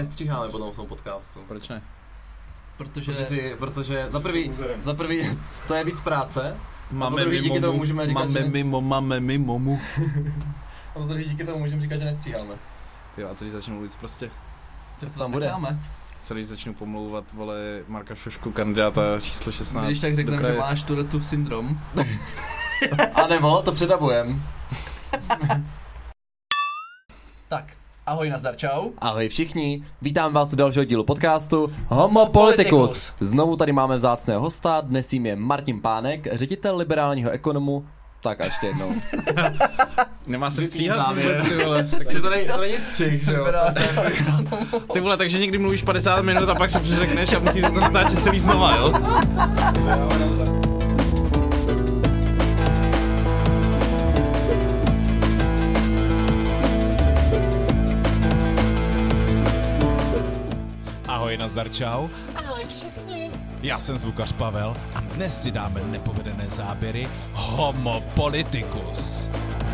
Nestříháme potom v tom podcastu. Proč ne? Protože za prvý to je víc práce. Máme mimomu. A za druhý díky tomu můžeme říkat, že nestříháme. Jo, a co když začnu mluvit prostě? To tam bude. Co když začnu pomlouvat, vole, Marka Šošku, kandidáta číslo 16. Když tak řekneme, že máš Tourettův syndrom. A nebo to předabujem. Tak, ahoj, nazdar, čau. Ahoj všichni, vítám vás u dalšího dílu podcastu Homo Politicus. Znovu tady máme vzácného hosta, dnes jim je Martin Pánek, ředitel liberálního ekonomu. Tak a ještě jednou. Nemá se stříhat vůbec, ty vole. Takže to není střih, že jo? Ty vole, takže někdy mluvíš 50 minut a pak se přeřekneš a musíte to natáčet celý znova, jo? Ahoj, nazdar, čau. Ahoj všichni. Já jsem zvukař Pavel a dnes si dáme nepovedené záběry Homo Politicus.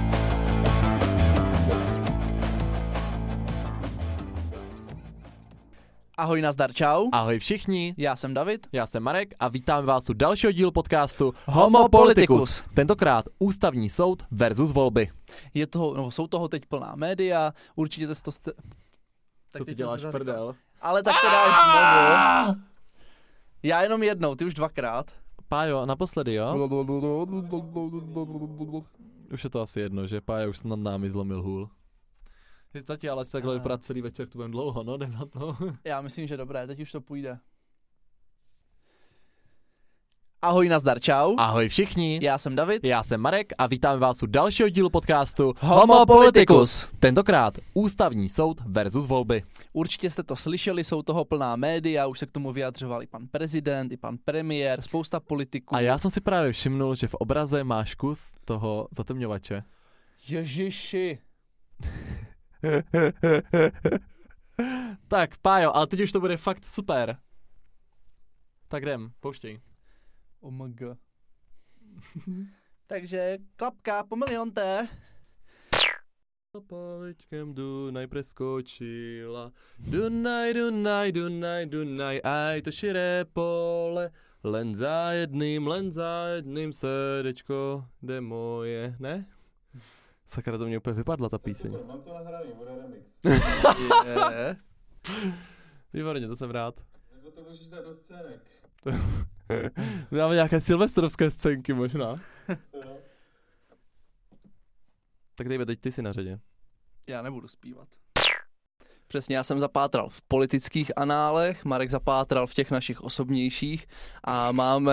Ahoj, nazdar, čau. Ahoj všichni, Já jsem David. já jsem Marek a vítám vás u dalšího dílu podcastu Homo Politicus. Tentokrát ústavní soud versus volby. Jsou toho teď plná média, určitě to To si děláš prdel. Ale tak to dáš znovu. Já jenom jednou, ty už dvakrát. Pájo, naposledy, jo? Už je to asi jedno, že Pájo už nad námi zlomil hůl. Jistě, ale takhle vypadat celý večer, tu budeme dlouho, no, jdem na to. Já myslím, že dobré, teď už to půjde. Ahoj, nazdar, čau. Ahoj všichni, Já jsem David. já jsem Marek a vítám vás u dalšího dílu podcastu Homo Politicus. Tentokrát ústavní soud versus volby. Určitě jste to slyšeli, jsou toho plná média, už se k tomu vyjadřoval i pan prezident, i pan premiér, spousta politiků. A já jsem si právě všimnul, že v obraze máš kus toho zatemňovače. Ježiši. Tak, Pájo, ale teď už to bude fakt super. Tak jdem, pouštěj. OMG. Takže klapka po milionté. Paličkem Dunaj preskočila. Dunaj, Dunaj, Dunaj, Dunaj, aj to širé pole. Len za jedným srdečko jde moje, ne? Sakra, to mě úplně vypadla ta píseň. Super, mám to nahraný, bude remix. Je. Výborně, to jsem rád. Nebo to můžeš dát do scének. Dáme nějaké silvestrovské scénky možná. Jo. Tak dejme, teď ty si na řadě. Já nebudu zpívat. Přesně, já jsem zapátral v politických análech, Marek zapátral v těch našich osobnějších a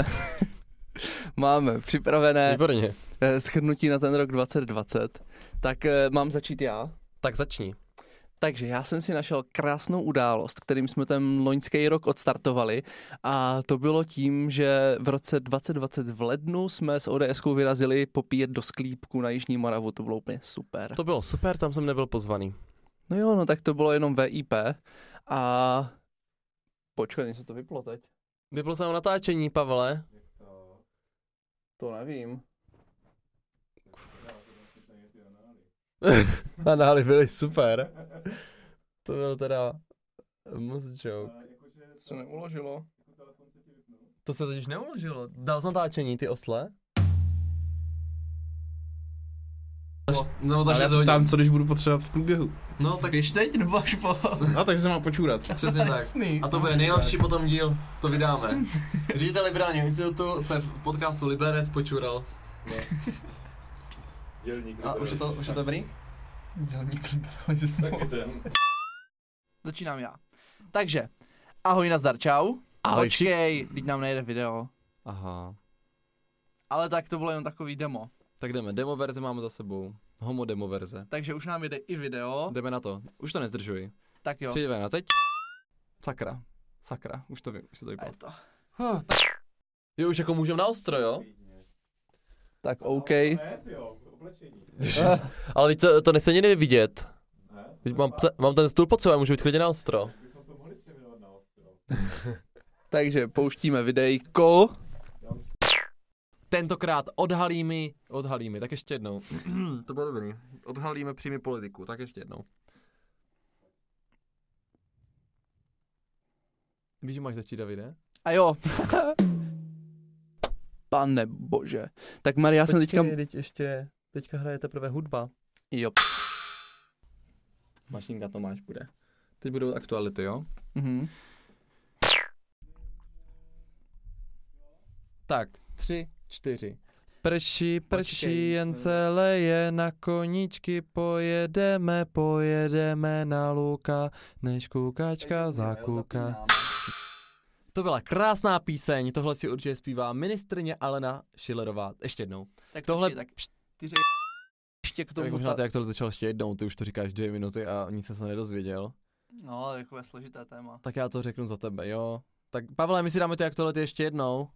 máme připravené Výborně. shrnutí na ten rok 2020. Tak mám začít já. Tak začni. Takže já jsem si našel krásnou událost, kterým jsme ten loňský rok odstartovali a to bylo tím, že v roce 2020 v lednu jsme s ODS-kou vyrazili popíjet do Sklípku na Jižní Moravu, to bylo úplně super. To bylo super, tam jsem nebyl pozvaný. No jo, no tak to bylo jenom VIP a počkej, se to vyplo teď. Vyplo jsem natáčení, Pavle. To nevím. Anály byly super. To byl teda moc joke. To se neuložilo. To se totiž neuložilo. Dal jsi natáčení ty osle? No, Ale já se ptám, co když budu potřebovat v průběhu. No tak Běž teď nebo až po... No, takže se mám počůrat. přesně tak. Jasný. A to bude nejlepší potom díl, to vydáme. Ředitel liberálního institutu se v podcastu Liberec počural. No. Dělník. A už je to dobrý? Dělník liberalismu. Taky ten. Začínám já. Takže, ahoj, nazdar, čau. Ahoj, Počkej, teď nám nejde video. Aha. Ale tak to bylo jenom takový demo. Tak jdeme, demo verze máme za sebou. Homo demo verze. Takže už nám jede i video. Jdeme na to, už to nezdržuj. Tak jo. 3, 2, 1, teď. Sakra, už to vím, už se to A vypadlo. je to. Jo, už jako můžeme na ostro, jo? Tak OK. Ne, jo, oblečení. Ale teď to nechce nikdy vidět. Ne? Teď mám ten stůl pod sebou, můžu být klidně na ostro. Bychom to mohli přeměnovat na ostro. Takže pouštíme videjko. Tentokrát odhalíme, tak ještě jednou. To bylo dobrý. Odhalíme přímý politiku, tak ještě jednou. Víš, že máš začít, Davide? A jo. Pane bože. Tak Maria, já jsem teďka... Teďka hraje teprve hudba. Jo. Mašinka Tomáš bude. Teď budou aktuality, jo? Mhm. Tak, 3, 4. Prší, Počkej, jen jsme- se leje, na koníčky pojedeme na luka, než kukačka zakuka. To byla krásná píseň, tohle si určitě zpívá ministryně Alena Schillerová. Ještě jednou. Tak Tohle- počkej, tak 4 ještě k Tak tomu. možná ty, jak to začal ještě jednou, ty už to říkáš 2 minuty a nic se nedozvěděl. No, takové složité téma. Tak já to řeknu za tebe, jo. Tak Pavle, my si dáme ty aktuality ještě jednou.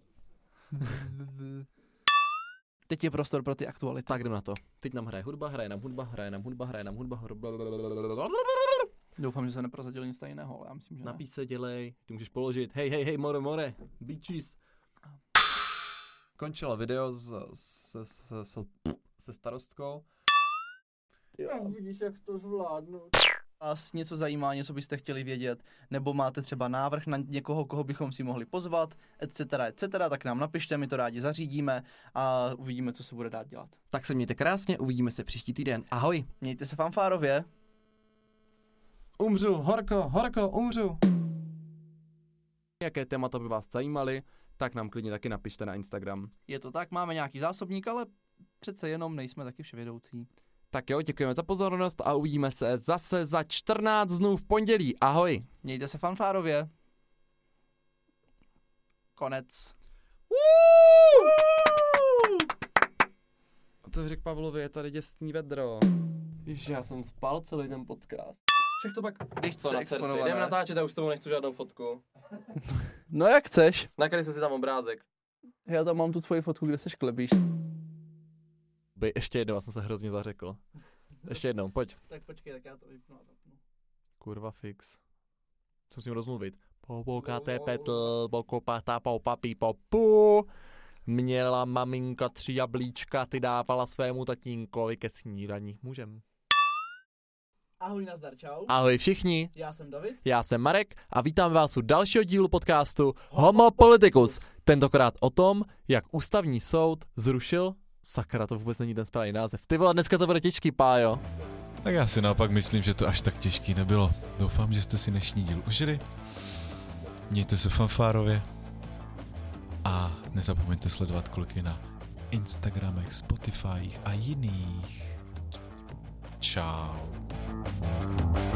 Teď je prostor pro ty aktuality. Tak jdem na to. Teď nám hraje hudba, hraje nám hudba. Doufám, že se neprozadil nic jiného, ale já myslím, že ne. Napíš se, dělej, ty můžeš položit. Hej, more, bitches. Končilo video se starostkou. Vidíš, jak to zvládnu. Vás něco zajímá, něco byste chtěli vědět, nebo máte třeba návrh na někoho, koho bychom si mohli pozvat, etc., tak nám napište, my to rádi zařídíme a uvidíme, co se bude dát dělat. Tak se mějte krásně, uvidíme se příští týden. Ahoj. Mějte se fanfárově. Umřu, horko, umřu. Jaké témata by vás zajímaly, tak nám klidně taky napište na Instagram. Je to tak, máme nějaký zásobník, ale přece jenom nejsme taky vševědoucí. Tak jo, děkujeme za pozornost a uvidíme se zase za 14 dnů v pondělí. Ahoj. Mějte se fanfárově. Konec. A to řekl Pavlovi, je tady děsný vedro. Ježiš, já jsem spal celý ten podcast. Však to pak, víš co, na srdci. Jdeme natáčet, já už s tebou nechci žádnou fotku. No jak chceš. Nakryj si tam obrázek. Já tam mám tu tvoji fotku, kde seš klebíš. Ještě jednou, já jsem se hrozně zařekl. Ještě jednou, pojď. Tak počkej, tak já to vypnu a zapnu. Kurva fix. Co musím rozmluvit? Popokáté petl, pokopatá popapí popu. Měla maminka 3 jablíčka, ty dávala svému tatínkovi ke snídani. Můžem. Ahoj, nazdar, čau. Ahoj všichni, Já jsem David. já jsem Marek a vítám vás u dalšího dílu podcastu Homo Politicus. Tentokrát o tom, jak ústavní soud zrušil... Sakra, to vůbec není ten správný název. Ty vole, dneska to bude těžký, pájo. Tak já si naopak myslím, že to až tak těžký nebylo. Doufám, že jste si dnešní díl užili. Mějte se fanfárově. A nezapomeňte sledovat kliky na Instagramech, Spotifyích a jiných. Čau.